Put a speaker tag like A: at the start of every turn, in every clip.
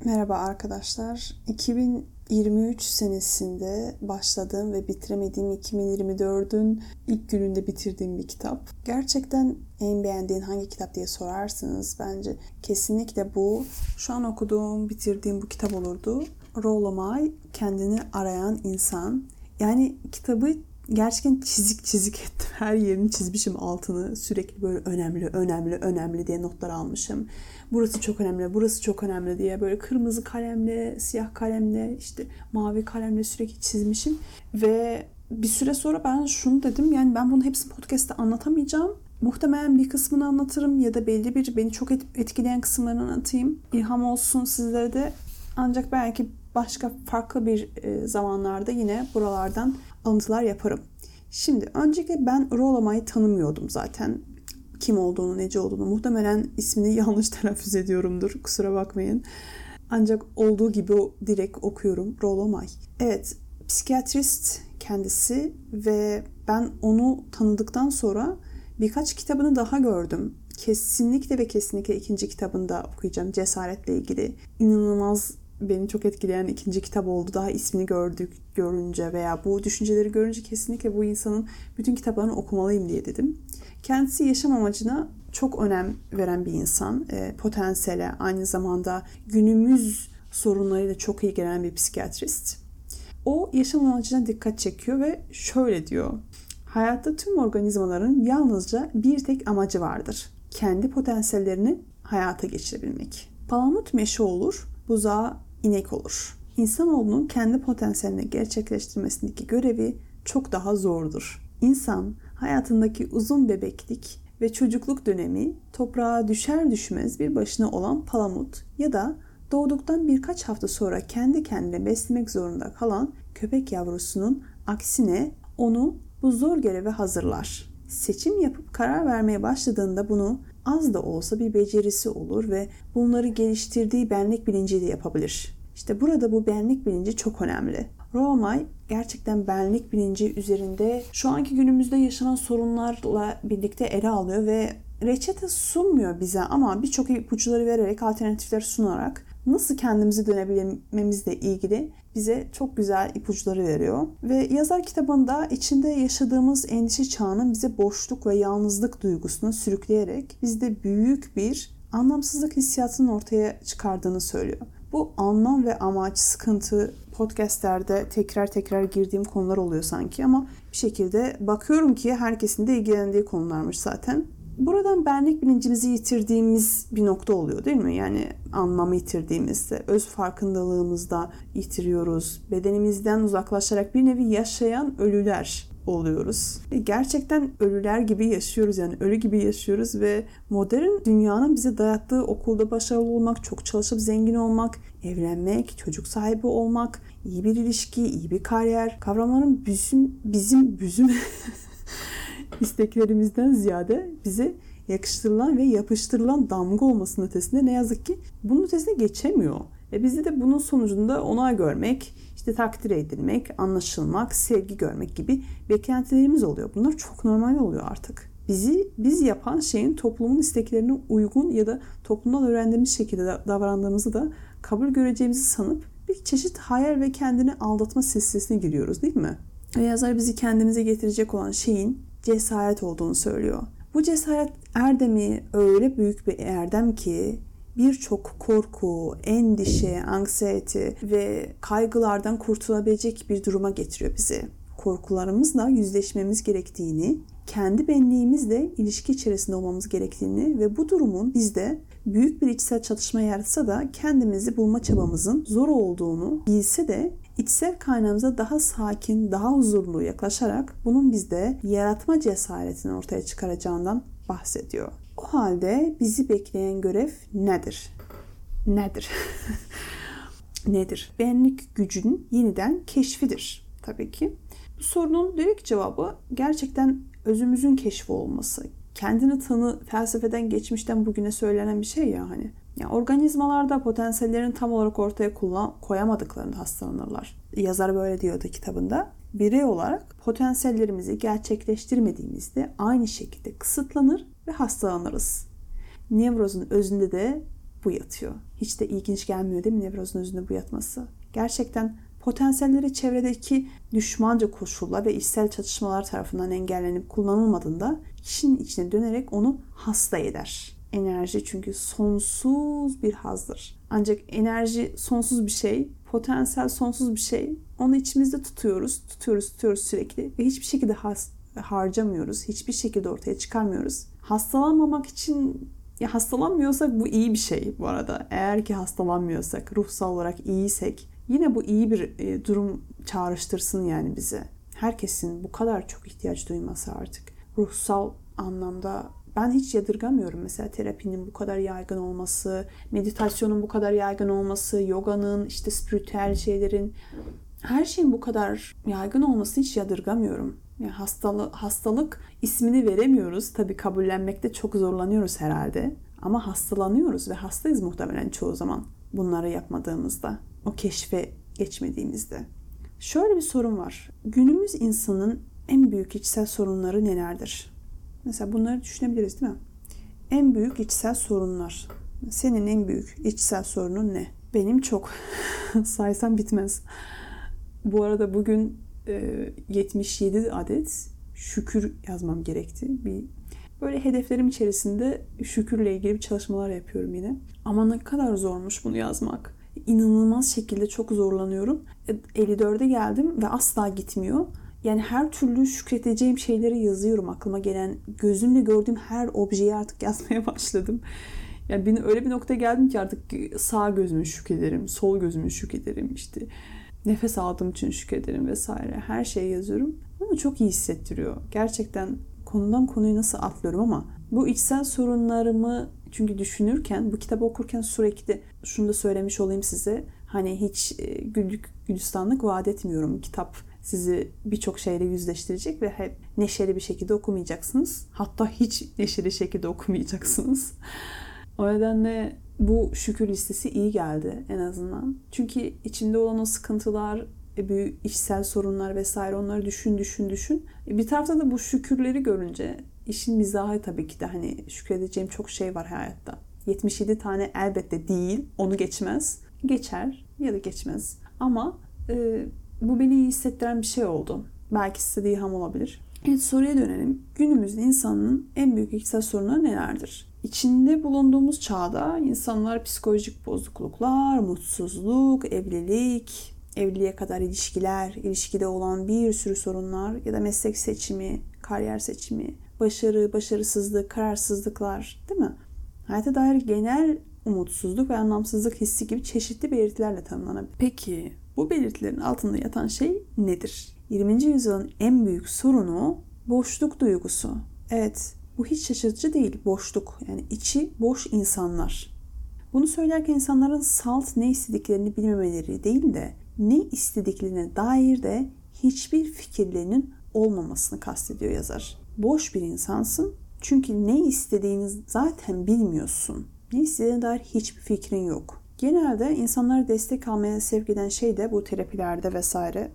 A: Merhaba arkadaşlar. 2023 senesinde başladığım ve bitiremediğim 2024'ün ilk gününde bitirdiğim bir kitap. Gerçekten en beğendiğin hangi kitap diye sorarsanız bence kesinlikle bu. Şu an okuduğum, bitirdiğim bu kitap olurdu. Rollo May, Kendini Arayan İnsan. Yani kitabı gerçekten çizik ettim. Her yerini çizmişim altını. Sürekli böyle önemli diye notlar almışım. Burası çok önemli, burası çok önemli diye böyle kırmızı kalemle, siyah kalemle, işte mavi kalemle sürekli çizmişim. Ve bir süre sonra ben şunu dedim, yani ben bunu hepsini podcast'te anlatamayacağım. Muhtemelen bir kısmını anlatırım ya da belli bir beni çok etkileyen kısımlarını anlatayım. İlham olsun sizlere de. Ancak belki başka farklı bir zamanlarda yine buralardan alıntılar yaparım. Şimdi öncelikle ben Rollo May'ı tanımıyordum zaten. Kim olduğunu, nece olduğunu. Muhtemelen ismini yanlış telaffuz ediyorumdur. Kusura bakmayın. Ancak olduğu gibi direkt okuyorum. Rollo May. Evet, psikiyatrist kendisi ve ben onu tanıdıktan sonra birkaç kitabını daha gördüm. Kesinlikle ikinci kitabını da okuyacağım. Cesaretle ilgili. İnanılmaz beni çok etkileyen ikinci kitap oldu. Daha ismini görünce veya bu düşünceleri görünce kesinlikle bu insanın bütün kitaplarını okumalıyım diye dedim. Kendisi yaşam amacına çok önem veren bir insan. Potansiyele, aynı zamanda günümüz sorunlarıyla çok ilgilenen bir psikiyatrist. O yaşam amacına dikkat çekiyor ve şöyle diyor. Hayatta tüm organizmaların yalnızca bir tek amacı vardır. Kendi potansiyellerini hayata geçirebilmek. Palamut meşe olur, buzağı inek olur. İnsanoğlunun kendi potansiyelini gerçekleştirmesindeki görevi çok daha zordur. İnsan hayatındaki uzun bebeklik ve çocukluk dönemi toprağa düşer düşmez bir başına olan palamut ya da doğduktan birkaç hafta sonra kendi kendine beslemek zorunda kalan köpek yavrusunun aksine onu bu zor göreve hazırlar. Seçim yapıp karar vermeye başladığında bunu az da olsa bir becerisi olur ve bunları geliştirdiği benlik bilinciyle yapabilir. İşte burada bu benlik bilinci çok önemli. Rollo May gerçekten benlik bilinci üzerinde şu anki günümüzde yaşanan sorunlarla birlikte ele alıyor ve reçete sunmuyor bize ama birçok ipuçları vererek, alternatifler sunarak nasıl kendimizi dönebilmemizle ilgili bize çok güzel ipuçları veriyor. Ve yazar kitabında içinde yaşadığımız endişe çağının bize boşluk ve yalnızlık duygusunu sürükleyerek bizde büyük bir anlamsızlık hissiyatının ortaya çıkardığını söylüyor. Bu anlam ve amaç, sıkıntı podcastlerde tekrar girdiğim konular oluyor sanki ama bir şekilde bakıyorum ki herkesin de ilgilendiği konularmış zaten. Buradan benlik bilincimizi yitirdiğimiz bir nokta oluyor değil mi? Yani anlamı yitirdiğimizde, öz farkındalığımızda yitiriyoruz. Bedenimizden uzaklaşarak bir nevi yaşayan ölüler oluyoruz. Gerçekten ölüler gibi yaşıyoruz, yani ölü gibi yaşıyoruz ve modern dünyanın bize dayattığı okulda başarılı olmak, çok çalışıp zengin olmak, evlenmek, çocuk sahibi olmak, iyi bir ilişki, iyi bir kariyer kavramların bizim isteklerimizden ziyade bize yakıştırılan ve yapıştırılan damga olmasının ötesinde ne yazık ki bunun ötesine geçemiyor. Bizde de bunun sonucunda onay görmek, işte takdir edilmek, anlaşılmak, sevgi görmek gibi beklentilerimiz oluyor. Bunlar çok normal oluyor artık. Biz yapan şeyin toplumun isteklerine uygun ya da toplumdan öğrendiğimiz şekilde davrandığımızı da kabul göreceğimizi sanıp bir çeşit hayal ve kendini aldatma silsilesine giriyoruz değil mi? Ve yazar bizi kendimize getirecek olan şeyin cesaret olduğunu söylüyor. Bu cesaret erdemi öyle büyük bir erdem ki birçok korku, endişe, anksiyete ve kaygılardan kurtulabilecek bir duruma getiriyor bizi. Korkularımızla yüzleşmemiz gerektiğini, kendi benliğimizle ilişki içerisinde olmamız gerektiğini ve bu durumun bizde büyük bir içsel çatışma yaratsa da kendimizi bulma çabamızın zor olduğunu bilse de içsel kaynağımıza daha sakin, daha huzurlu yaklaşarak bunun bizde yaratma cesaretini ortaya çıkaracağından bahsediyor. O halde bizi bekleyen görev nedir? Nedir? Benlik gücünün yeniden keşfidir tabii ki. Bu sorunun direkt cevabı gerçekten özümüzün keşfi olması. Kendini tanı felsefeden geçmişten bugüne söylenen bir şey ya hani. Ya organizmalarda potansiyellerini tam olarak ortaya koyamadıklarında hastalanırlar. Yazar böyle diyordu kitabında. Birey olarak potansiyellerimizi gerçekleştirmediğimizde aynı şekilde kısıtlanır ve hastalanırız. Nevrozun özünde de bu yatıyor. Hiç de ilginç gelmiyor değil mi nevrozun özünde bu yatması? Gerçekten potansiyelleri çevredeki düşmanca koşullar ve içsel çatışmalar tarafından engellenip kullanılmadığında kişinin içine dönerek onu hasta eder. Enerji çünkü sonsuz bir hazdır. Ancak enerji sonsuz bir şey, potansiyel sonsuz bir şey. Onu içimizde tutuyoruz sürekli ve hiçbir şekilde harcamıyoruz. Hiçbir şekilde ortaya çıkarmıyoruz. Hastalanmamak için, ya hastalanmıyorsak bu iyi bir şey bu arada. Eğer ki hastalanmıyorsak, ruhsal olarak iyiysek yine bu iyi bir durum çağrıştırsın yani bize. Herkesin bu kadar çok ihtiyaç duyması artık. Ruhsal anlamda ben hiç yadırgamıyorum. Mesela terapinin bu kadar yaygın olması, meditasyonun bu kadar yaygın olması, yoganın, işte spiritüel şeylerin, her şeyin bu kadar yaygın olmasını hiç yadırgamıyorum. Yani hastalık ismini veremiyoruz. Tabii kabullenmekte çok zorlanıyoruz herhalde. Ama hastalanıyoruz ve hastayız muhtemelen çoğu zaman bunları yapmadığımızda, o keşfe geçmediğimizde. Şöyle bir sorun var. Günümüz insanın en büyük içsel sorunları nelerdir? Mesela bunları düşünebiliriz değil mi? En büyük içsel sorunlar. Senin en büyük içsel sorunun ne? Benim çok. Saysam bitmez. Bu arada bugün 77 adet şükür yazmam gerekti. Böyle hedeflerim içerisinde şükürle ilgili çalışmalar yapıyorum yine. Ama ne kadar zormuş bunu yazmak. İnanılmaz şekilde çok zorlanıyorum. 54'e geldim ve asla gitmiyor. Yani her türlü şükredeceğim şeyleri yazıyorum. Aklıma gelen, gözümle gördüğüm her objeyi artık yazmaya başladım. Yani öyle bir noktaya geldim ki artık sağ gözümü şükrederim, sol gözümü şükrederim, işte nefes aldığım için şükrederim vesaire. Her şeyi yazıyorum. Ama çok iyi hissettiriyor. Gerçekten konudan konuyu nasıl atlıyorum ama bu içsel sorunlarımı çünkü düşünürken, bu kitabı okurken sürekli şunu da söylemiş olayım size. Hani hiç güllük gülistanlık vaat etmiyorum. Kitap sizi birçok şeyle yüzleştirecek ve hep neşeli bir şekilde okumayacaksınız. Hatta hiç neşeli şekilde okumayacaksınız. O nedenle bu şükür listesi iyi geldi en azından. Çünkü içinde olan o sıkıntılar, büyük içsel sorunlar vesaire, onları düşün. Bir tarafta da bu şükürleri görünce işin mizahı tabii ki de hani şükredeceğim çok şey var hayatta. 77 tane elbette değil, onu geçmez. Geçer ya da geçmez. Ama bu beni iyi hissettiren bir şey oldu. Belki size de ilham olabilir. Evet, soruya dönelim. Günümüzde insanın en büyük içsel sorunları nelerdir? İçinde bulunduğumuz çağda insanlar psikolojik bozukluklar, mutsuzluk, evlilik, evliliğe kadar ilişkiler, ilişkide olan bir sürü sorunlar ya da meslek seçimi, kariyer seçimi, başarı, başarısızlık, kararsızlıklar, değil mi? Hayata dair genel umutsuzluk ve anlamsızlık hissi gibi çeşitli belirtilerle tanımlanabilir. Peki bu belirtilerin altında yatan şey nedir? 20. yüzyılın en büyük sorunu boşluk duygusu. Evet, bu hiç şaşırtıcı değil, boşluk. Yani içi boş insanlar. Bunu söylerken insanların salt ne istediklerini bilmemeleri değil de ne istediklerine dair de hiçbir fikirlerinin olmamasını kastediyor yazar. Boş bir insansın çünkü ne istediğini zaten bilmiyorsun. Ne istediğine dair hiçbir fikrin yok. Genelde insanları destek almaya sevk eden şey de bu terapilerde vesaire.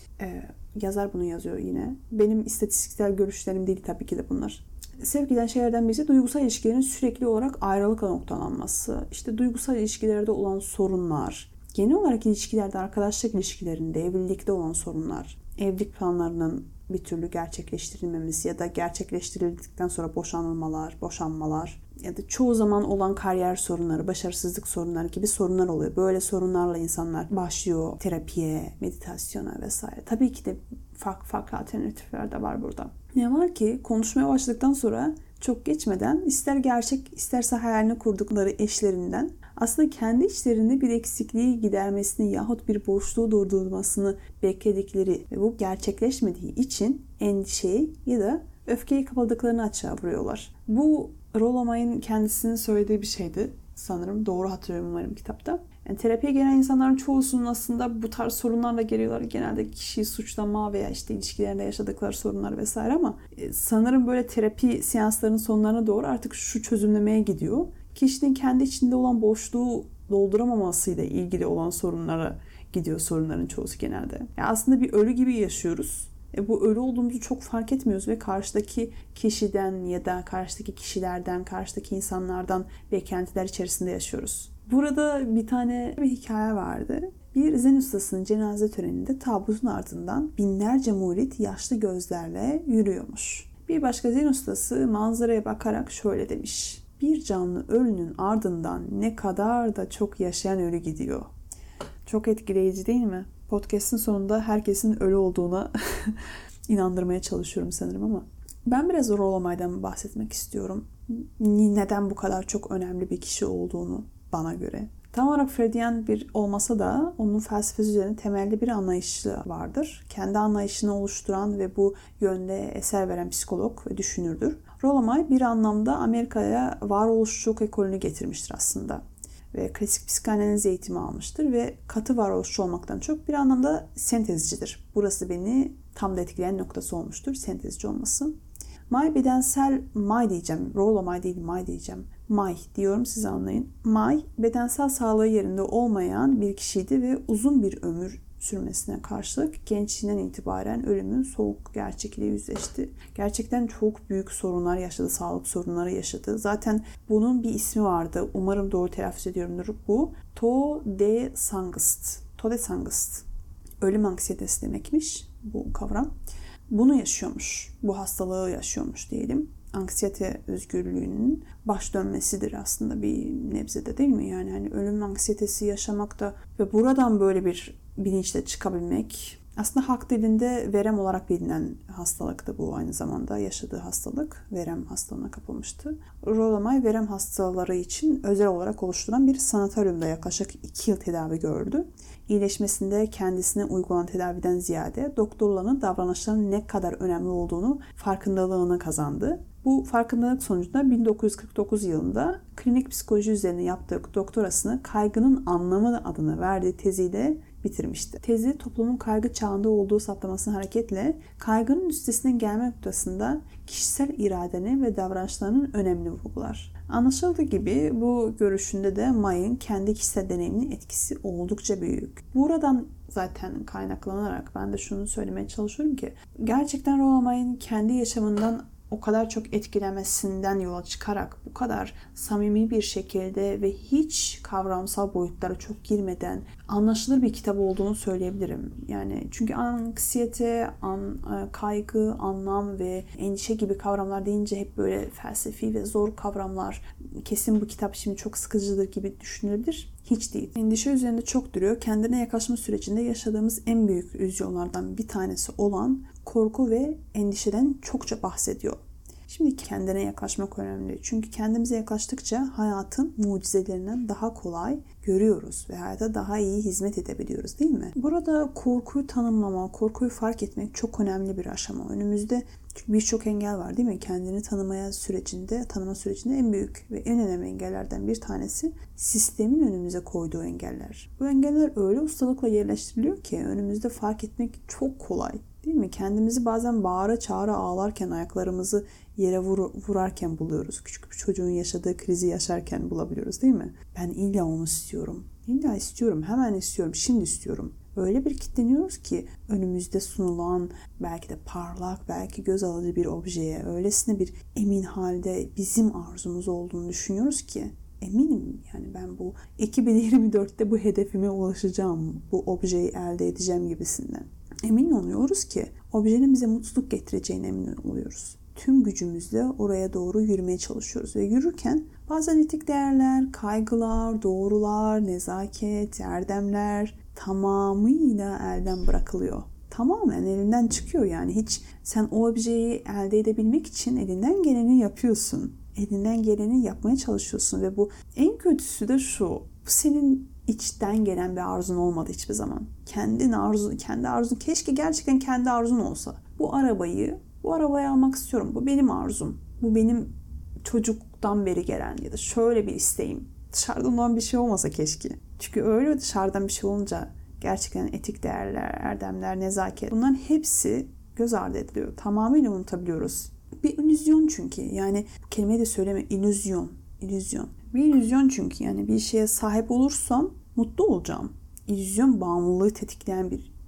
A: Yazar bunu yazıyor yine. Benim istatistiksel görüşlerim değil tabii ki de bunlar. Sevk eden şeylerden birisi duygusal ilişkilerin sürekli olarak ayrılıkla noktalanması. İşte duygusal ilişkilerde olan sorunlar. Genel olarak ilişkilerde, arkadaşlık ilişkilerinde, evlilikte olan sorunlar. Evlilik planlarının bir türlü gerçekleştirilmemesi ya da gerçekleştirildikten sonra boşanmalar ya da çoğu zaman olan kariyer sorunları, başarısızlık sorunları gibi sorunlar oluyor. Böyle sorunlarla insanlar başlıyor terapiye, meditasyona vesaire. Tabii ki de farklı alternatifler de var burada. Ne var ki konuşmaya başladıktan sonra çok geçmeden ister gerçek isterse hayalini kurdukları eşlerinden aslında kendi içlerinde bir eksikliği gidermesini yahut bir boşluğu doldurmasını bekledikleri ve bu gerçekleşmediği için endişeyi ya da öfkeyi kapadıklarını açığa vuruyorlar. Bu Rollo May'ın kendisinin söylediği bir şeydi sanırım. Doğru hatırlıyorum umarım kitapta. Yani terapiye gelen insanların çoğusunun aslında bu tarz sorunlarla geliyorlar. Genelde kişiyi suçlama veya işte ilişkilerinde yaşadıkları sorunlar vesaire ama sanırım böyle terapi seanslarının sonlarına doğru artık şu çözümlemeye gidiyor. Kişinin kendi içinde olan boşluğu dolduramamasıyla ilgili olan sorunlara gidiyor sorunların çoğusu genelde. Yani aslında bir ölü gibi yaşıyoruz. Bu ölü olduğumuzu çok fark etmiyoruz ve karşıdaki kişiden ya da karşıdaki kişilerden, karşıdaki insanlardan beklentiler içerisinde yaşıyoruz. Burada bir tane bir hikaye vardı. Bir zen ustasının cenaze töreninde tabutun ardından binlerce murit yaşlı gözlerle yürüyormuş. Bir başka zen ustası manzaraya bakarak şöyle demiş: bir canlı ölünün ardından ne kadar da çok yaşayan ölü gidiyor. Çok etkileyici değil mi? Podcast'ın sonunda herkesin ölü olduğuna inandırmaya çalışıyorum sanırım ama ben biraz Rollo May'dan bahsetmek istiyorum. Neden bu kadar çok önemli bir kişi olduğunu bana göre. Tam olarak Freudian bir olmasa da onun felsefesi üzerine temelli bir anlayışı vardır. Kendi anlayışını oluşturan ve bu yönde eser veren psikolog ve düşünürdür. Rollo May bir anlamda Amerika'ya varoluşçuluk ekolünü getirmiştir aslında. Ve klasik psikanaliz eğitimi almıştır ve katı varoluşçu olmaktan çok bir anlamda sentezcidir. Burası beni tam da etkileyen noktası olmuştur, sentezci olması. May bedensel, May diyeceğim, Rollo May değil May diyeceğim. May diyorum, siz anlayın. May bedensel sağlığı yerinde olmayan bir kişiydi ve uzun bir ömür sürmesine karşılık gençliğinden itibaren ölümün soğuk gerçekliği yüzleşti. Gerçekten çok büyük sorunlar yaşadı, sağlık sorunları yaşadı. Zaten bunun bir ismi vardı. Umarım doğru telaffuz ediyorumdur. Bu Todesangst. Todesangst. Ölüm anksiyetesi demekmiş bu kavram. Bunu yaşıyormuş. Bu hastalığı yaşıyormuş diyelim. Anksiyete özgürlüğünün baş dönmesidir aslında bir nebzede, değil mi? Yani hani ölüm anksiyetesi yaşamak da ve buradan böyle bir bilinçle çıkabilmek, aslında halk dilinde verem olarak bilinen hastalıktı bu, aynı zamanda yaşadığı hastalık. Verem hastalığına kapılmıştı. Rollo May verem hastaları için özel olarak oluşturulan bir sanatoryumda yaklaşık 2 yıl tedavi gördü. İyileşmesinde kendisine uygulanan tedaviden ziyade doktorların davranışlarının ne kadar önemli olduğunu farkındalığını kazandı. Bu farkındalık sonucunda 1949 yılında klinik psikoloji üzerine yaptığı doktorasını kaygının anlamı adını verdiği teziyle bitirmişti. Tezi toplumun kaygı çağında olduğu saptamasına hareketle kaygının üstesinden gelme noktasında kişisel iradenin ve davranışlarının önemli vurgular. Anlaşıldığı gibi bu görüşünde de May'ın kendi kişisel deneyiminin etkisi oldukça büyük. Buradan zaten kaynaklanarak ben de şunu söylemeye çalışıyorum ki gerçekten Rollo May'ın kendi yaşamından o kadar çok etkilemesinden yola çıkarak bu kadar samimi bir şekilde ve hiç kavramsal boyutlara çok girmeden anlaşılır bir kitap olduğunu söyleyebilirim. Yani çünkü anksiyete, kaygı, anlam ve endişe gibi kavramlar deyince hep böyle felsefi ve zor kavramlar. Kesin bu kitap şimdi çok sıkıcıdır gibi düşünülebilir. Hiç değil. Endişe üzerinde çok duruyor. Kendine yaklaşma sürecinde yaşadığımız en büyük illüzyonlardan bir tanesi olan korku ve endişeden çokça bahsediyor. Şimdi kendine yaklaşmak önemli. Çünkü kendimize yaklaştıkça hayatın mucizelerinden daha kolay görüyoruz ve hayata daha iyi hizmet edebiliyoruz, değil mi? Burada korkuyu tanımlama, korkuyu fark etmek çok önemli bir aşama. Önümüzde birçok engel var, değil mi? Kendini tanıma sürecinde en büyük ve en önemli engellerden bir tanesi sistemin önümüze koyduğu engeller. Bu engeller öyle ustalıkla yerleştiriliyor ki önümüzde fark etmek çok kolay. Değil mi? Kendimizi bazen bağıra çağıra ağlarken, ayaklarımızı yere vurarken buluyoruz. Küçük bir çocuğun yaşadığı krizi yaşarken bulabiliyoruz, değil mi? Ben illa onu istiyorum. İlla istiyorum. Hemen istiyorum. Şimdi istiyorum. Öyle bir kilitleniyoruz ki önümüzde sunulan belki de parlak, belki göz alıcı bir objeye öylesine bir emin halde bizim arzumuz olduğunu düşünüyoruz ki eminim yani ben bu 2024'te bu hedefime ulaşacağım, bu objeyi elde edeceğim gibisinden. Emin oluyoruz ki objenin bize mutluluk getireceğine emin oluyoruz. Tüm gücümüzle oraya doğru yürümeye çalışıyoruz ve yürürken bazen etik değerler, kaygılar, doğrular, nezaket, erdemler tamamıyla elden bırakılıyor. Tamamen elinden çıkıyor yani. Hiç sen o objeyi elde edebilmek için elinden geleni yapıyorsun. Elinden geleni yapmaya çalışıyorsun ve bu en kötüsü de şu. Bu senin içten gelen bir arzun olmadı hiçbir zaman. Kendi arzun keşke gerçekten kendi arzun olsa. Bu arabayı almak istiyorum. Bu benim arzum. Bu benim çocuktan beri gelen ya da şöyle bir isteğim. Dışarıdan olan bir şey olmasa keşke. Çünkü öyle dışarıdan bir şey olunca gerçekten etik değerler, erdemler, nezaket bunların hepsi göz ardı ediliyor. Tamamıyla unutabiliyoruz. Bir illüzyon çünkü. Yani bu kelimeyi de söyleme. İllüzyon. Bir illüzyon çünkü yani bir şeye sahip olursam mutlu olacağım. İllüzyon bağımlılığı tetikleyen bir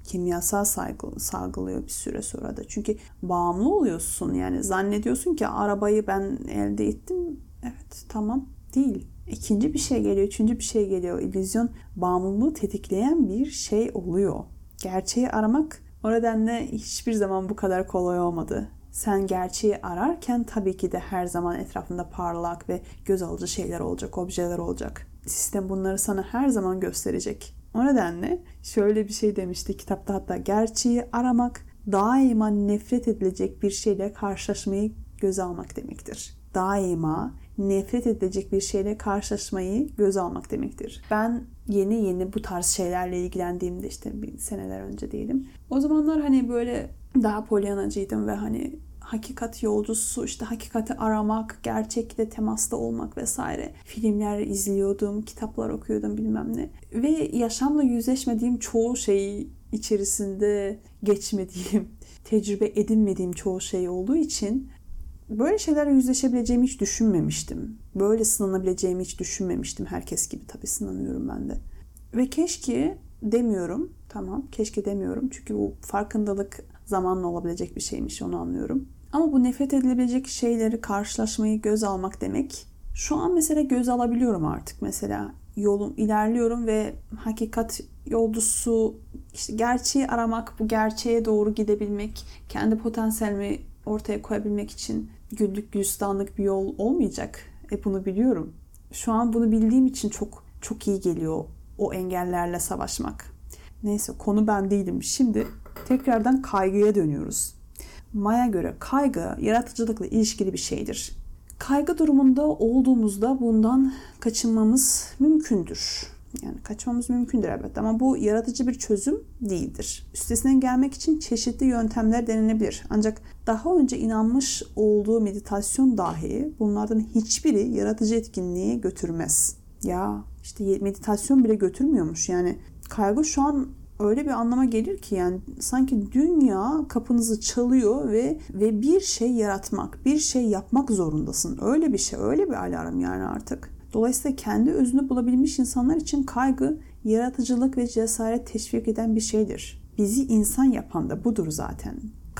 A: kimyasal salgılıyor bir süre sonra da. Çünkü bağımlı oluyorsun. Yani zannediyorsun ki arabayı ben elde ettim. Evet, tamam, değil. İkinci bir şey geliyor, üçüncü bir şey geliyor. İllüzyon bağımlılığı tetikleyen bir şey oluyor. Gerçeği aramak o nedenle hiçbir zaman bu kadar kolay olmadı. Sen gerçeği ararken tabii ki de her zaman etrafında parlak ve göz alıcı şeyler olacak, objeler olacak. Sistem bunları sana her zaman gösterecek. O nedenle şöyle bir şey demişti kitapta, hatta gerçeği aramak daima nefret edilecek bir şeyle karşılaşmayı göze almak demektir. Daima nefret edilecek bir şeyle karşılaşmayı göze almak demektir. Ben yeni bu tarz şeylerle ilgilendiğimde işte bir seneler önce diyelim. O zamanlar hani böyle daha polyanacıydım ve hani hakikat yolcusu, işte hakikati aramak, gerçekle temasta olmak vesaire. Filmler izliyordum, kitaplar okuyordum bilmem ne. Ve yaşamla yüzleşmediğim çoğu şeyi içerisinde geçmediğim, tecrübe edinmediğim çoğu şey olduğu için böyle şeylerle yüzleşebileceğimi hiç düşünmemiştim. Böyle sınanabileceğimi hiç düşünmemiştim. Herkes gibi tabii sınanıyorum ben de. Ve keşke demiyorum. Tamam, keşke demiyorum. Çünkü bu farkındalık zamanla olabilecek bir şeymiş, onu anlıyorum. Ama bu nefret edilebilecek şeyleri karşılaşmayı göze almak demek. Şu an mesela göze alabiliyorum artık. Mesela yolum ilerliyorum ve hakikat yolcusu, işte gerçeği aramak, bu gerçeğe doğru gidebilmek, kendi potansiyelimi ortaya koyabilmek için güllük gülistanlık bir yol olmayacak. Bunu biliyorum. Şu an bunu bildiğim için çok iyi geliyor o engellerle savaşmak. Neyse, konu ben değilim. Şimdi tekrardan kaygıya dönüyoruz. May'a göre kaygı yaratıcılıkla ilişkili bir şeydir. Kaygı durumunda olduğumuzda bundan kaçınmamız mümkündür. Yani kaçmamız mümkündür elbette ama bu yaratıcı bir çözüm değildir. Üstesinden gelmek için çeşitli yöntemler denenebilir. Ancak daha önce inanmış olduğu meditasyon dahi bunlardan hiçbiri yaratıcı etkinliği götürmez. Ya işte meditasyon bile götürmüyormuş. Yani kaygı şu an öyle bir anlama gelir ki yani sanki dünya kapınızı çalıyor ve bir şey yaratmak, bir şey yapmak zorundasın. Öyle bir şey, öyle bir alarm yani artık. Dolayısıyla kendi özünü bulabilmiş insanlar için kaygı, yaratıcılık ve cesaret teşvik eden bir şeydir. Bizi insan yapan da budur zaten.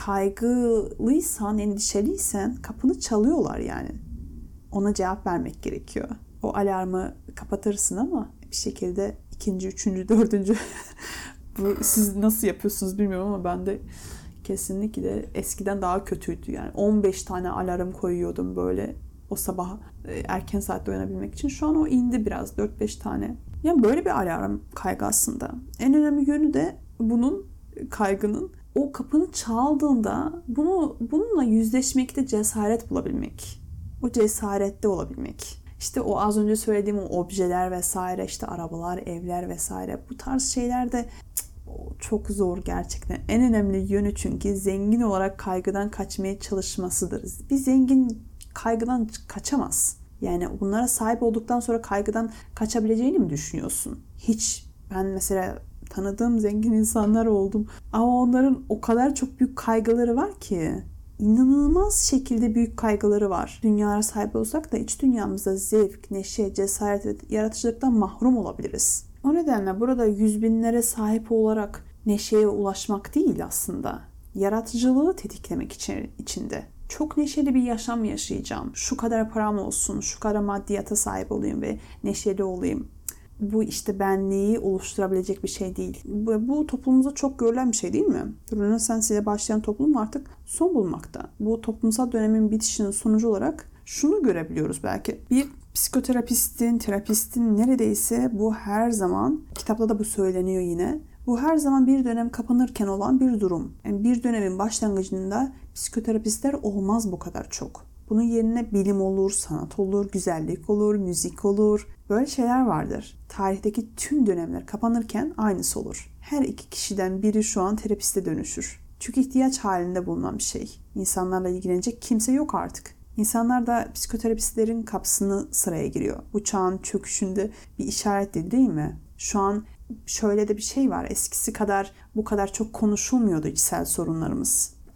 A: Kaygılıysan, endişeliysen kapını çalıyorlar yani. Ona cevap vermek gerekiyor. O alarmı kapatırsın ama bir şekilde ikinci, üçüncü, dördüncü siz nasıl yapıyorsunuz bilmiyorum ama ben de kesinlikle eskiden daha kötüydü. Yani 15 tane alarm koyuyordum böyle o sabah erken saatte uyanabilmek için. Şu an o indi biraz, 4-5 tane. Yani böyle bir alarm kaygı aslında. En önemli yönü de bunun, kaygının, o kapını çaldığında bununla yüzleşmekte cesaret bulabilmek. O cesarette olabilmek. İşte o az önce söylediğim o objeler vesaire, işte arabalar, evler vesaire, bu tarz şeyler de çok zor gerçekten. En önemli yönü çünkü zengin olarak kaygıdan kaçmaya çalışmasıdır. Bir zengin kaygıdan kaçamaz. Yani bunlara sahip olduktan sonra kaygıdan kaçabileceğini mi düşünüyorsun? Hiç. Ben mesela tanıdığım zengin insanlar oldum. Ama onların o kadar çok büyük kaygıları var ki. İnanılmaz şekilde büyük kaygıları var. Dünyalara sahip olsak da iç dünyamızda zevk, neşe, cesaret ve yaratıcılıktan mahrum olabiliriz. O nedenle burada 100.000'lere sahip olarak neşeye ulaşmak değil aslında. Yaratıcılığı tetiklemek içinde. Çok neşeli bir yaşam yaşayacağım. Şu kadar param olsun, şu kadar maddiyata sahip olayım ve neşeli olayım. Bu işte benliği oluşturabilecek bir şey değil. Bu toplumumuzda çok görülen bir şey değil mi? Rönesans ile başlayan toplum artık son bulmakta. Bu toplumsal dönemin bitişinin sonucu olarak şunu görebiliyoruz belki. Bir psikoterapistin, terapistin neredeyse bu her zaman, kitapta da bu söyleniyor yine. Bu her zaman bir dönem kapanırken olan bir durum. Yani bir dönemin başlangıcında psikoterapistler olmaz bu kadar çok. Bunun yerine bilim olur, sanat olur, güzellik olur, müzik olur. Böyle şeyler vardır. Tarihteki tüm dönemler kapanırken aynısı olur. Her iki kişiden biri şu an terapiste dönüşür. Çünkü ihtiyaç halinde bulunan bir şey. İnsanlarla ilgilenecek kimse yok artık. İnsanlar da psikoterapistlerin kapısını sıraya giriyor. Bu çağın çöküşünde bir işaret değil mi? Şu an şöyle de bir şey var. Eskisi kadar bu kadar çok konuşulmuyordu içsel sorunlarımız. Bu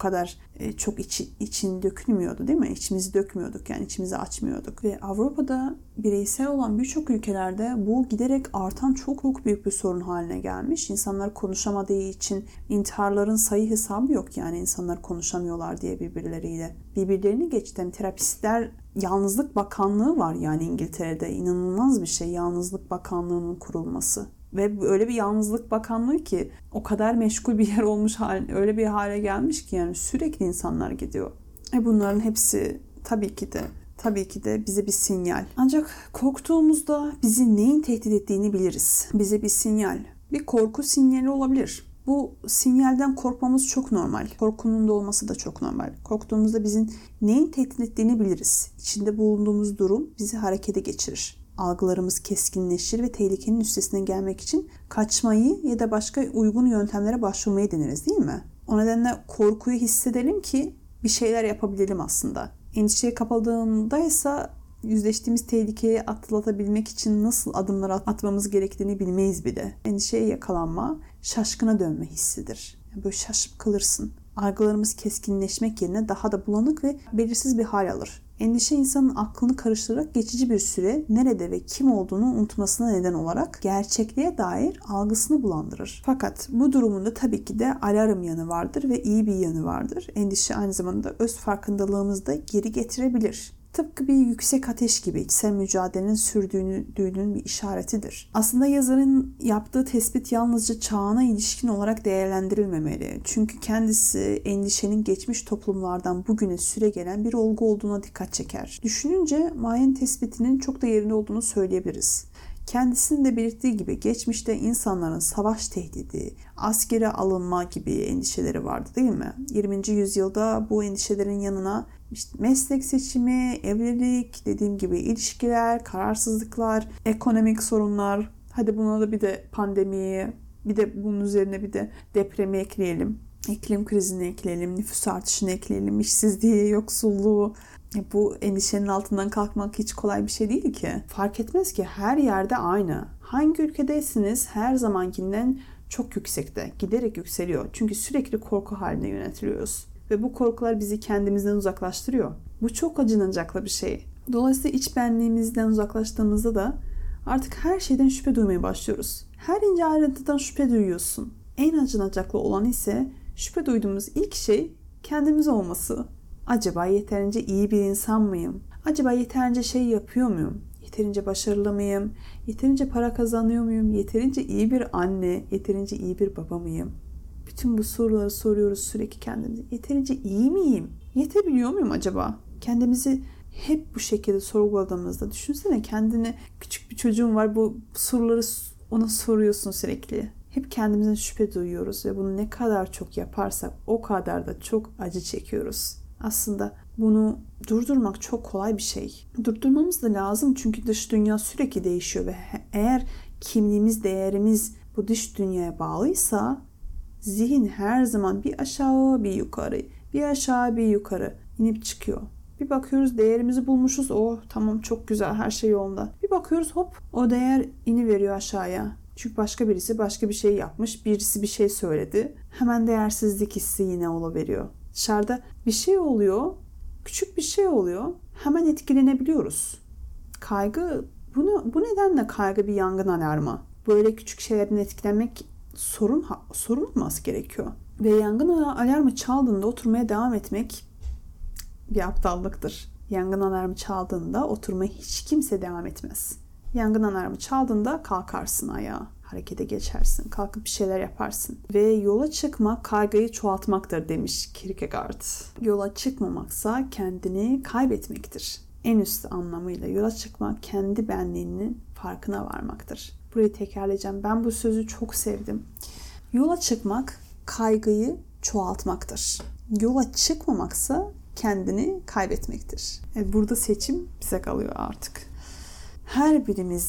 A: kadar çok için dökülmüyordu değil mi? İçimizi dökmüyorduk, yani içimizi açmıyorduk. Ve Avrupa'da bireysel olan birçok ülkelerde bu giderek artan çok büyük bir sorun haline gelmiş. İnsanlar konuşamadığı için intiharların sayı hesabı yok, yani insanlar konuşamıyorlar diye birbirleriyle. Birbirlerini geçten terapistler, Yalnızlık Bakanlığı var yani İngiltere'de. İnanılmaz bir şey, Yalnızlık Bakanlığı'nın kurulması. Ve öyle bir Yalnızlık Bakanlığı ki o kadar meşgul bir yer olmuş, öyle bir hale gelmiş ki yani sürekli insanlar gidiyor. Bunların hepsi tabii ki de bize bir sinyal. Ancak korktuğumuzda bizi neyin tehdit ettiğini biliriz. Bize bir sinyal, bir korku sinyali olabilir. Bu sinyalden korkmamız çok normal. Korkunun da olması da çok normal. Korktuğumuzda bizim neyin tehdit ettiğini biliriz. İçinde bulunduğumuz durum bizi harekete geçirir. Algılarımız keskinleşir ve tehlikenin üstesinden gelmek için kaçmayı ya da başka uygun yöntemlere başvurmayı deneriz değil mi? O nedenle korkuyu hissedelim ki bir şeyler yapabilelim aslında. Endişeye kapıldığındaysa yüzleştiğimiz tehlikeyi atlatabilmek için nasıl adımlar atmamız gerektiğini bilmeyiz bile. Endişeye yakalanma, şaşkına dönme hissidir. Böyle şaşıp kalırsın. Algılarımız keskinleşmek yerine daha da bulanık ve belirsiz bir hal alır. Endişe insanın aklını karıştırarak geçici bir süre nerede ve kim olduğunu unutmasına neden olarak gerçekliğe dair algısını bulandırır. Fakat bu durumun da tabii ki de alarm yanı vardır ve iyi bir yanı vardır. Endişe aynı zamanda öz farkındalığımızı da geri getirebilir. Tıpkı bir yüksek ateş gibi içsel mücadelenin sürdüğünün bir işaretidir. Aslında yazarın yaptığı tespit yalnızca çağına ilişkin olarak değerlendirilmemeli. Çünkü kendisi endişenin geçmiş toplumlardan bugüne süregelen bir olgu olduğuna dikkat çeker. Düşününce May'ın tespitinin çok da yerinde olduğunu söyleyebiliriz. Kendisinin de belirttiği gibi geçmişte insanların savaş tehdidi, askere alınma gibi endişeleri vardı değil mi? 20. yüzyılda bu endişelerin yanına işte meslek seçimi, evlilik, dediğim gibi ilişkiler, kararsızlıklar, ekonomik sorunlar, hadi buna da bir de pandemiyi, bir de bunun üzerine bir de depremi ekleyelim. İklim krizini ekleyelim, nüfus artışını ekleyelim, işsizliği, yoksulluğu. Bu endişenin altından kalkmak hiç kolay bir şey değil ki. Fark etmez ki her yerde aynı. Hangi ülkedeyseniz her zamankinden çok yüksekte, giderek yükseliyor. Çünkü sürekli korku haline yönetiliyoruz. Ve bu korkular bizi kendimizden uzaklaştırıyor. Bu çok acınacaklı bir şey. Dolayısıyla iç benliğimizden uzaklaştığımızda da artık her şeyden şüphe duymaya başlıyoruz. Her ince ayrıntıdan şüphe duyuyorsun. En acınacaklı olan ise şüphe duyduğumuz ilk şey kendimiz olması. Acaba yeterince iyi bir insan mıyım? Acaba yeterince şey yapıyor muyum? Yeterince başarılı mıyım? Yeterince para kazanıyor muyum? Yeterince iyi bir anne, yeterince iyi bir baba mıyım? Bütün bu soruları soruyoruz sürekli kendimize. Yeterince iyi miyim? Yetebiliyor muyum acaba? Kendimizi hep bu şekilde sorguladığımızda düşünsene, kendine küçük bir çocuğun var, bu soruları ona soruyorsun sürekli. Hep kendimizden şüphe duyuyoruz ve bunu ne kadar çok yaparsak o kadar da çok acı çekiyoruz. Aslında bunu durdurmak çok kolay bir şey. Durdurmamız da lazım çünkü dış dünya sürekli değişiyor ve eğer kimliğimiz, değerimiz bu dış dünyaya bağlıysa zihin her zaman bir aşağı bir yukarı, bir aşağı bir yukarı inip çıkıyor. Bir bakıyoruz değerimizi bulmuşuz. Oh tamam, çok güzel, her şey yolunda. Bir bakıyoruz hop o değer iniveriyor aşağıya. Çünkü başka birisi başka bir şey yapmış. Birisi bir şey söyledi. Hemen değersizlik hissi yine oluveriyor. Dışarıda bir şey oluyor. Küçük bir şey oluyor. Hemen etkilenebiliyoruz. Kaygı, bu nedenle kaygı bir yangın alarmı. Böyle küçük şeylerden etkilenmek sorun olması gerekiyor. Ve yangın alarmı çaldığında oturmaya devam etmek bir aptallıktır. Yangın alarmı çaldığında oturmaya hiç kimse devam etmez. Yangın alarmı çaldığında kalkarsın ayağa, harekete geçersin, kalkıp bir şeyler yaparsın. Ve yola çıkmak kaygıyı çoğaltmaktır demiş Kierkegaard. Yola çıkmamaksa kendini kaybetmektir. En üst anlamıyla yola çıkmak kendi benliğinin farkına varmaktır. Burayı tekrarlayacağım. Ben bu sözü çok sevdim. Yola çıkmak kaygıyı çoğaltmaktır. Yola çıkmamaksa kendini kaybetmektir. Burada seçim bize kalıyor artık. Her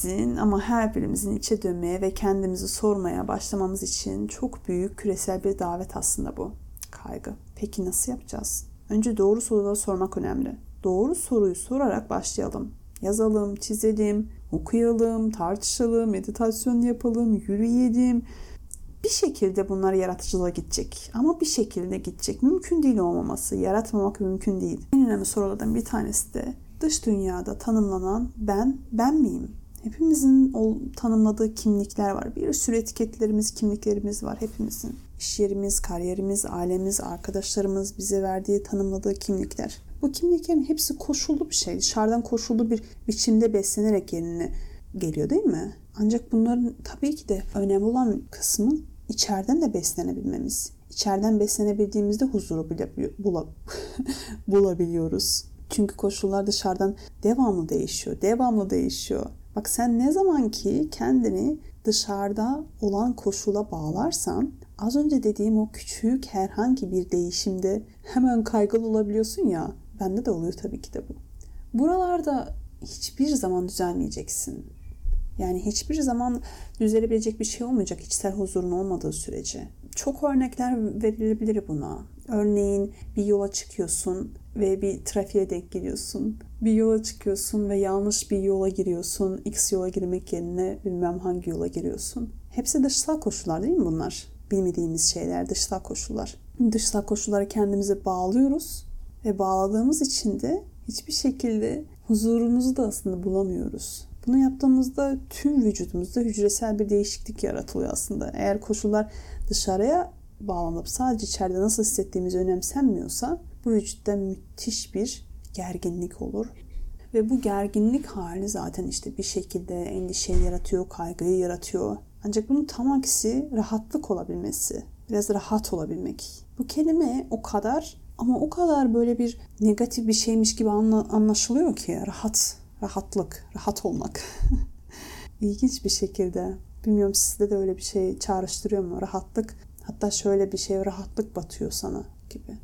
A: birimizin içe dönmeye ve kendimizi sormaya başlamamız için çok büyük küresel bir davet aslında bu. Kaygı. Peki nasıl yapacağız? Önce doğru soruları sormak önemli. Doğru soruyu sorarak başlayalım. Yazalım, çizelim, okuyalım, tartışalım, meditasyon yapalım, yürüyelim. Bir şekilde bunlar yaratıcılığa gidecek. Ama bir şekilde gidecek. Mümkün değil olmaması. Yaratmamak mümkün değil. En önemli sorulardan bir tanesi de dış dünyada tanımlanan ben miyim? Hepimizin tanımladığı kimlikler var. Bir sürü etiketlerimiz, kimliklerimiz var hepimizin. İş yerimiz, kariyerimiz, ailemiz, arkadaşlarımız bize verdiği, tanımladığı kimlikler. Bu kimliklerin hepsi koşullu bir şey. Dışarıdan koşullu bir biçimde beslenerek yerine geliyor değil mi? Ancak bunların tabii ki de önemli olan kısmı içeriden de beslenebilmemiz. İçeriden beslenebildiğimizde huzuru bile bulabiliyoruz. Çünkü koşullar dışarıdan devamlı değişiyor. Bak sen ne zaman ki kendini dışarıda olan koşula bağlarsan, az önce dediğim o küçük herhangi bir değişimde hemen kaygılı olabiliyorsun ya, bende de oluyor tabii ki de bu. Buralarda hiçbir zaman düzelmeyeceksin. Yani hiçbir zaman düzelebilecek bir şey olmayacak içsel huzurun olmadığı sürece. Çok örnekler verilebilir buna. Örneğin bir yola çıkıyorsun ve bir trafiğe denk geliyorsun. Bir yola çıkıyorsun ve yanlış bir yola giriyorsun. X yola girmek yerine bilmem hangi yola giriyorsun. Hepsi dışsal koşullar değil mi bunlar? Bilmediğimiz şeyler, dışsal koşullar. Dışsal koşullara kendimizi bağlıyoruz ve bağladığımız için de hiçbir şekilde huzurumuzu da aslında bulamıyoruz. Bunu yaptığımızda tüm vücudumuzda hücresel bir değişiklik yaratılıyor aslında. Eğer koşullar dışarıya bağlanıp sadece içeride nasıl hissettiğimizi önemsenmiyorsa bu vücutta müthiş bir gerginlik olur. Ve bu gerginlik hali zaten işte bir şekilde endişeyi yaratıyor, kaygıyı yaratıyor. Ancak bunun tam aksi rahatlık olabilmesi, biraz rahat olabilmek. Bu kelime o kadar böyle bir negatif bir şeymiş gibi anlaşılıyor ki rahatlık, rahat olmak. İlginç bir şekilde. Bilmiyorum sizde de öyle bir şey çağrıştırıyor mu? Rahatlık. Hatta şöyle bir şey, rahatlık batıyor sana gibi.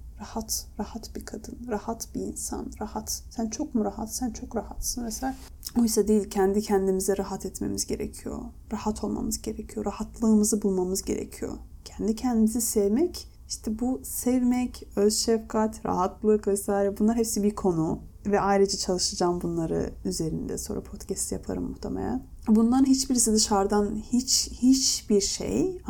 A: Rahat bir kadın, rahat bir insan, rahat. Sen çok mu rahat? Sen çok rahatsın mesela. Oysa değil, kendi kendimize rahat etmemiz gerekiyor. Rahat olmamız gerekiyor. Rahatlığımızı bulmamız gerekiyor. Kendi kendimizi sevmek, işte bu sevmek, öz şefkat, rahatlık vesaire bunlar hepsi bir konu. Ve ayrıca çalışacağım bunları üzerinde. Sonra podcast yaparım muhtemelen. Bunların hiçbirisi dışarıdan hiçbir şey,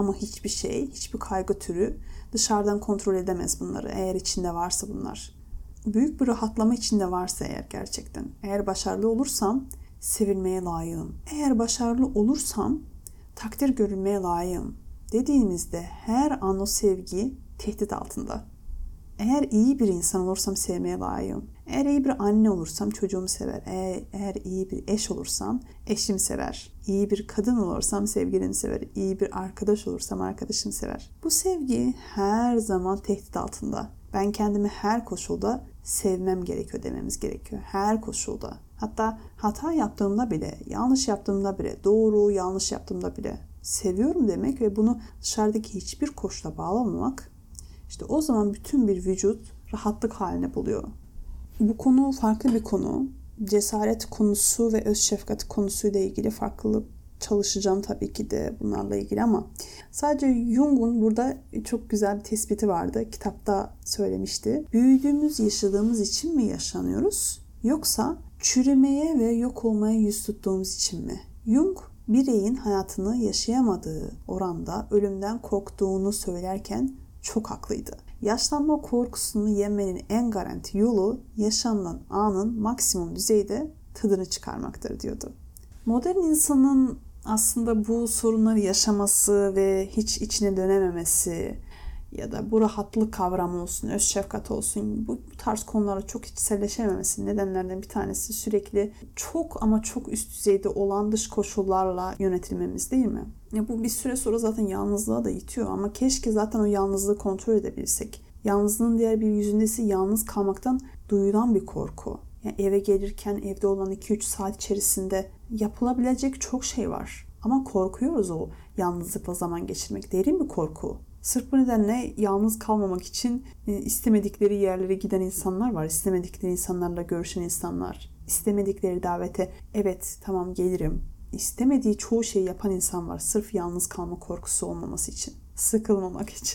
A: hiçbir kaygı türü dışarıdan kontrol edemez bunları. Eğer içinde varsa bunlar. Büyük bir rahatlama içinde varsa eğer gerçekten. Eğer başarılı olursam sevilmeye layığım. Eğer başarılı olursam takdir görülmeye layığım dediğimizde her an o sevgi tehdit altında. Eğer iyi bir insan olursam sevmeye layığım. Eğer iyi bir anne olursam çocuğumu sever. Eğer iyi bir eş olursam eşimi sever. İyi bir kadın olursam sevgilimi sever. İyi bir arkadaş olursam arkadaşımı sever. Bu sevgi her zaman tehdit altında. Ben kendimi her koşulda sevmem gerekiyor dememiz gerekiyor. Her koşulda. Hatta hata yaptığımda bile, yanlış yaptığımda bile, doğru yanlış yaptığımda bile seviyorum demek ve bunu dışarıdaki hiçbir koşula bağlamamak, İşte o zaman bütün bir vücut rahatlık haline buluyor. Bu konu farklı bir konu. Cesaret konusu ve öz şefkat konusuyla ilgili farklı çalışacağım tabii ki de bunlarla ilgili ama sadece Jung'un burada çok güzel bir tespiti vardı. Kitapta söylemişti. Büyüdüğümüz, yaşadığımız için mi yaşanıyoruz? Yoksa çürümeye ve yok olmaya yüz tuttuğumuz için mi? Jung, bireyin hayatını yaşayamadığı oranda ölümden korktuğunu söylerken çok haklıydı. Yaşlanma korkusunu yenmenin en garanti yolu yaşanılan anın maksimum düzeyde tadını çıkarmaktır diyordu. Modern insanın aslında bu sorunları yaşaması ve hiç içine dönememesi ya da bu rahatlık kavramı olsun, öz şefkat olsun, bu tarz konulara çok içselleşememesi nedenlerden bir tanesi sürekli çok ama çok üst düzeyde olan dış koşullarla yönetilmemiz değil mi? Ya bu bir süre sonra zaten yalnızlığa da itiyor ama keşke zaten o yalnızlığı kontrol edebilsek. Yalnızlığın diğer bir yüzündesi yalnız kalmaktan duyulan bir korku. Yani eve gelirken evde olan 2-3 saat içerisinde yapılabilecek çok şey var. Ama korkuyoruz o yalnızlıkla zaman geçirmek. Derin bir korku. Sırf bu nedenle yalnız kalmamak için istemedikleri yerlere giden insanlar var. İstemedikleri insanlarla görüşen insanlar. İstemedikleri davete evet tamam gelirim. İstemediği çoğu şeyi yapan insan var. Sırf yalnız kalma korkusu olmaması için. Sıkılmamak için.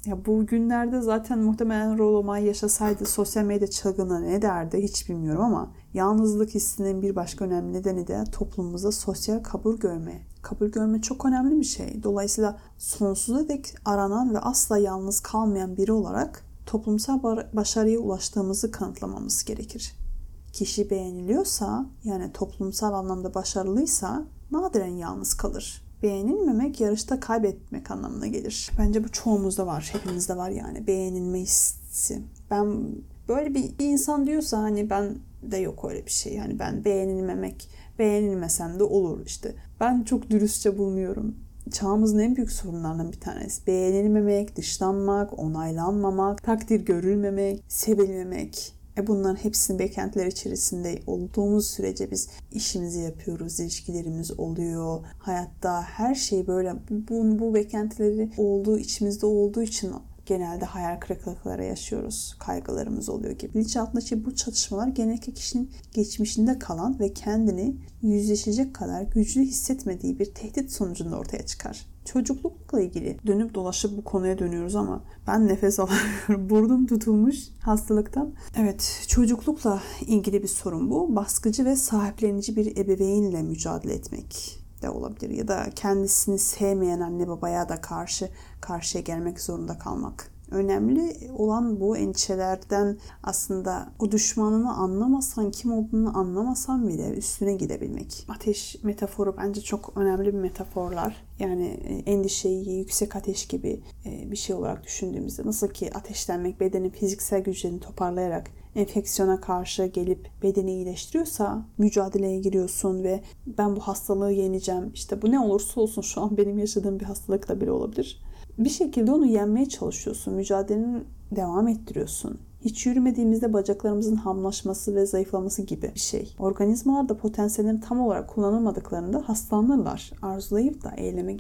A: Ya bu günlerde zaten muhtemelen Rolomay yaşasaydı sosyal medya çılgınlığı ne derdi hiç bilmiyorum ama yalnızlık hissinin bir başka önemli nedeni de toplumumuzda sosyal kabul görme. Kabul görme çok önemli bir şey. Dolayısıyla sonsuza dek aranan ve asla yalnız kalmayan biri olarak toplumsal başarıya ulaştığımızı kanıtlamamız gerekir. Kişi beğeniliyorsa, yani toplumsal anlamda başarılıysa nadiren yalnız kalır. Beğenilmemek yarışta kaybetmek anlamına gelir. Bence bu çoğumuzda var, hepimizde var yani beğenilme hissi. Ben böyle bir insan diyorsa hani ben de yok öyle bir şey. Yani ben beğenilmesem de olur işte. Ben çok dürüstçe bulmuyorum. Çağımızın en büyük sorunlarından bir tanesi. Beğenilmemek, dışlanmak, onaylanmamak, takdir görülmemek, sevilmemek. Bunların hepsinin beklentiler içerisinde olduğumuz sürece biz işimizi yapıyoruz, ilişkilerimiz oluyor. Hayatta her şey böyle bu beklentileri içimizde olduğu için genelde hayal kırıklıkları yaşıyoruz. Kaygılarımız oluyor gibi. Bilinçaltındaki bu çatışmalar genellikle kişinin geçmişinde kalan ve kendini yüzleşecek kadar güçlü hissetmediği bir tehdit sonucunda ortaya çıkar. Çocuklukla ilgili dönüp dolaşıp bu konuya dönüyoruz ama ben nefes alamıyorum. Burnum tutulmuş hastalıktan. Evet, çocuklukla ilgili bir sorun bu. Baskıcı ve sahiplenici bir ebeveynle mücadele etmek de olabilir. Ya da kendisini sevmeyen anne babaya da karşıya gelmek zorunda kalmak. Önemli olan bu endişelerden aslında o düşmanını anlamasan, kim olduğunu anlamasan bile üstüne gidebilmek. Ateş metaforu bence çok önemli bir metaforlar. Yani endişeyi yüksek ateş gibi bir şey olarak düşündüğümüzde nasıl ki ateşlenmek bedenin fiziksel güçlerini toparlayarak enfeksiyona karşı gelip bedeni iyileştiriyorsa mücadeleye giriyorsun ve ben bu hastalığı yeneceğim. İşte bu ne olursa olsun şu an benim yaşadığım bir hastalık da bile olabilir. Bir şekilde onu yenmeye çalışıyorsun. Mücadeleni devam ettiriyorsun. Hiç yürümediğimizde bacaklarımızın hamlaşması ve zayıflaması gibi bir şey. Organizmalar da potansiyellerini tam olarak kullanılmadıklarında hastalanırlar. Arzulayıp da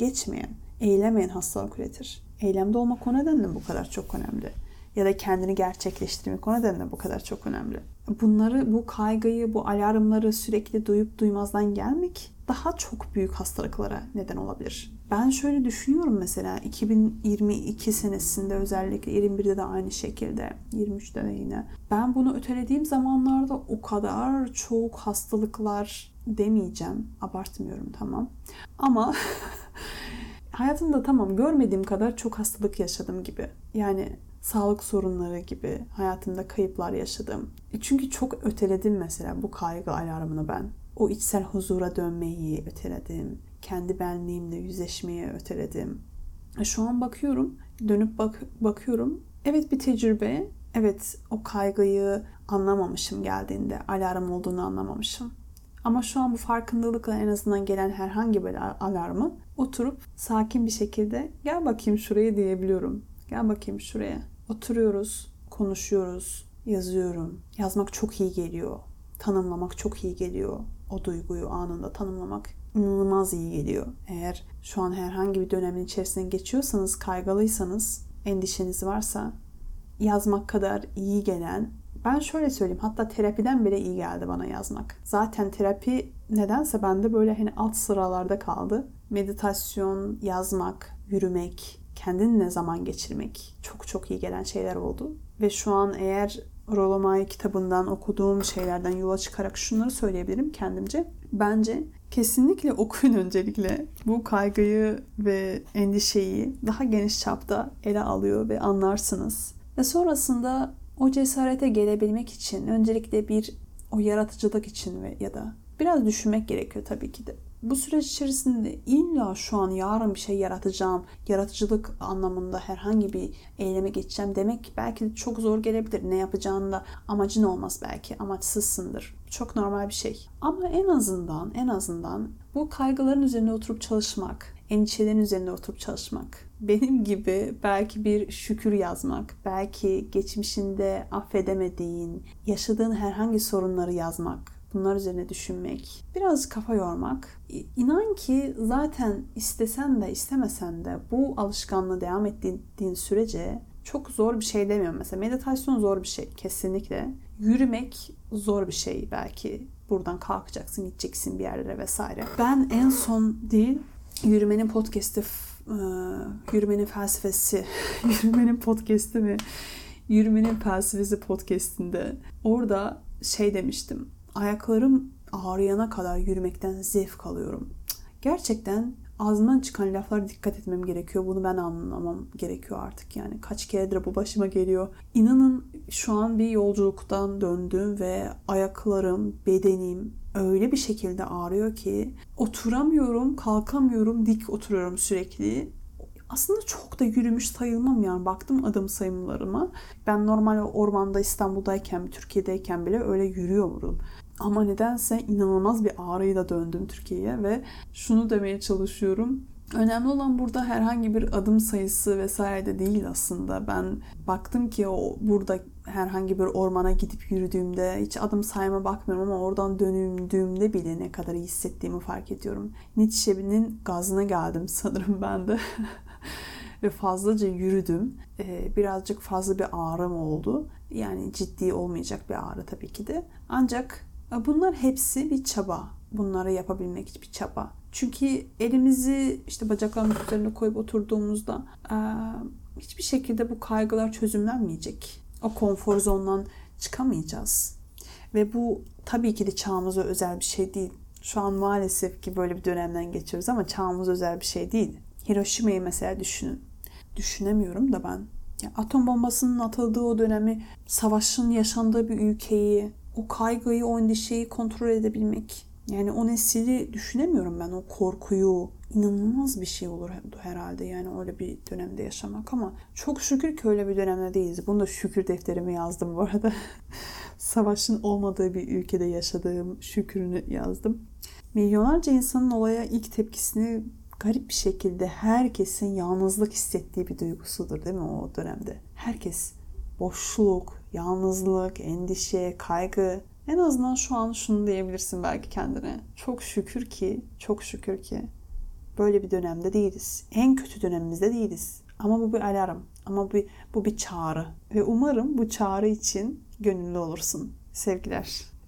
A: eylemeyen hastalık üretir. Eylemde olmak o nedenle bu kadar çok önemli. Ya da kendini gerçekleştirmek o nedenle bu kadar çok önemli. Bu kaygıyı, bu alarmları sürekli duyup duymazdan gelmek daha çok büyük hastalıklara neden olabilir. Ben şöyle düşünüyorum mesela 2022 senesinde özellikle 21'de de aynı şekilde, 23'te de yine. Ben bunu ötelediğim zamanlarda o kadar çok hastalıklar demeyeceğim, abartmıyorum tamam. Ama hayatımda tamam görmediğim kadar çok hastalık yaşadım gibi. Yani sağlık sorunları gibi hayatımda kayıplar yaşadım. Çünkü çok öteledim mesela bu kaygı alarmını ben. O içsel huzura dönmeyi öteledim. Kendi benliğimle yüzleşmeyi öteledim. Şu an dönüp bakıyorum. Evet bir tecrübe. Evet o kaygıyı anlamamışım geldiğinde. Alarm olduğunu anlamamışım. Ama şu an bu farkındalıkla en azından gelen herhangi bir alarmı oturup sakin bir şekilde gel bakayım şuraya diyebiliyorum. Gel bakayım şuraya. Oturuyoruz, konuşuyoruz, yazıyorum. Yazmak çok iyi geliyor. Tanımlamak çok iyi geliyor. O duyguyu anında tanımlamak inanılmaz iyi geliyor. Eğer şu an herhangi bir dönemin içerisinden geçiyorsanız, kaygılıysanız, endişeniz varsa yazmak kadar iyi gelen, ben şöyle söyleyeyim, hatta terapiden bile iyi geldi bana yazmak. Zaten terapi nedense bende böyle hani alt sıralarda kaldı. Meditasyon, yazmak, yürümek, kendinle zaman geçirmek çok çok iyi gelen şeyler oldu. Ve şu an eğer Rolomay kitabından okuduğum şeylerden yola çıkarak şunları söyleyebilirim kendimce. Bence kesinlikle okuyun öncelikle. Bu kaygıyı ve endişeyi daha geniş çapta ele alıyor ve anlarsınız. Ve sonrasında o cesarete gelebilmek için öncelikle o yaratıcılık için ya da biraz düşünmek gerekiyor tabii ki de. Bu süreç içerisinde illa şu an yarın bir şey yaratacağım, yaratıcılık anlamında herhangi bir eyleme geçeceğim demek belki de çok zor gelebilir. Ne yapacağında amacın olmaz belki, amaçsızsındır. Çok normal bir şey. Ama en azından bu kaygıların üzerine oturup çalışmak, endişelerin üzerine oturup çalışmak, benim gibi belki bir şükür yazmak, belki geçmişinde affedemediğin, yaşadığın herhangi sorunları yazmak, bunlar üzerine düşünmek, biraz kafa yormak. İnan ki zaten istesen de istemesen de bu alışkanlığı devam ettiğin sürece çok zor bir şey demiyorum. Mesela meditasyon zor bir şey kesinlikle. Yürümek zor bir şey belki. Buradan kalkacaksın, gideceksin bir yerlere vesaire. Ben en son yürümenin podcast'ı Yürümenin Felsefesi, Yürümenin Podcast'ı mı? Yürümenin Felsefesi podcast'inde orada demiştim. Ayaklarım ağrıyana kadar yürümekten zevk alıyorum. Gerçekten ağzımdan çıkan laflara dikkat etmem gerekiyor. Bunu ben anlamam gerekiyor artık. Yani kaç keredir bu başıma geliyor. İnanın şu an bir yolculuktan döndüm ve ayaklarım, bedenim öyle bir şekilde ağrıyor ki oturamıyorum, kalkamıyorum, dik oturuyorum sürekli. Aslında çok da yürümüş sayılmam yani. Baktım adım sayımlarıma. Ben normal ormanda İstanbul'dayken, Türkiye'deyken bile öyle yürüyordum. Ama nedense inanılmaz bir ağrıyla döndüm Türkiye'ye ve şunu demeye çalışıyorum. Önemli olan burada herhangi bir adım sayısı vesaire de değil aslında. Ben baktım ki burada herhangi bir ormana gidip yürüdüğümde hiç adım sayma bakmıyorum ama oradan döndüğümde bile ne kadar iyi hissettiğimi fark ediyorum. Nietzsche'nin gazına geldim sanırım ben de. Ve fazlaca yürüdüm. Birazcık fazla bir ağrım oldu. Yani ciddi olmayacak bir ağrı tabii ki de. Ancak bunlar hepsi bir çaba. Bunları yapabilmek için bir çaba. Çünkü elimizi bacaklarımızın üzerine koyup oturduğumuzda hiçbir şekilde bu kaygılar çözümlenmeyecek. O konfor zonundan çıkamayacağız. Ve bu tabii ki de çağımıza özel bir şey değil. Şu an maalesef ki böyle bir dönemden geçiyoruz ama çağımıza özel bir şey değil. Hiroşima'yı mesela düşünün. Düşünemiyorum da ben. Ya, atom bombasının atıldığı o dönemi, savaşın yaşandığı bir ülkeyi, o kaygıyı, o endişeyi kontrol edebilmek. Yani o nesili düşünemiyorum ben, o korkuyu. İnanılmaz bir şey olur herhalde yani öyle bir dönemde yaşamak ama çok şükür ki öyle bir dönemde değiliz. Bunu da şükür defterime yazdım bu arada. Savaşın olmadığı bir ülkede yaşadığım şükrünü yazdım. Milyonlarca insanın olaya ilk tepkisini garip bir şekilde herkesin yalnızlık hissettiği bir duygusudur değil mi o dönemde? Herkes boşluk, yalnızlık, endişe, kaygı. En azından şu an şunu diyebilirsin belki kendine. Çok şükür ki böyle bir dönemde değiliz. En kötü dönemimizde değiliz. Ama bu bir alarm. Ama bu bir çağrı. Ve umarım bu çağrı için gönüllü olursun. Sevgiler.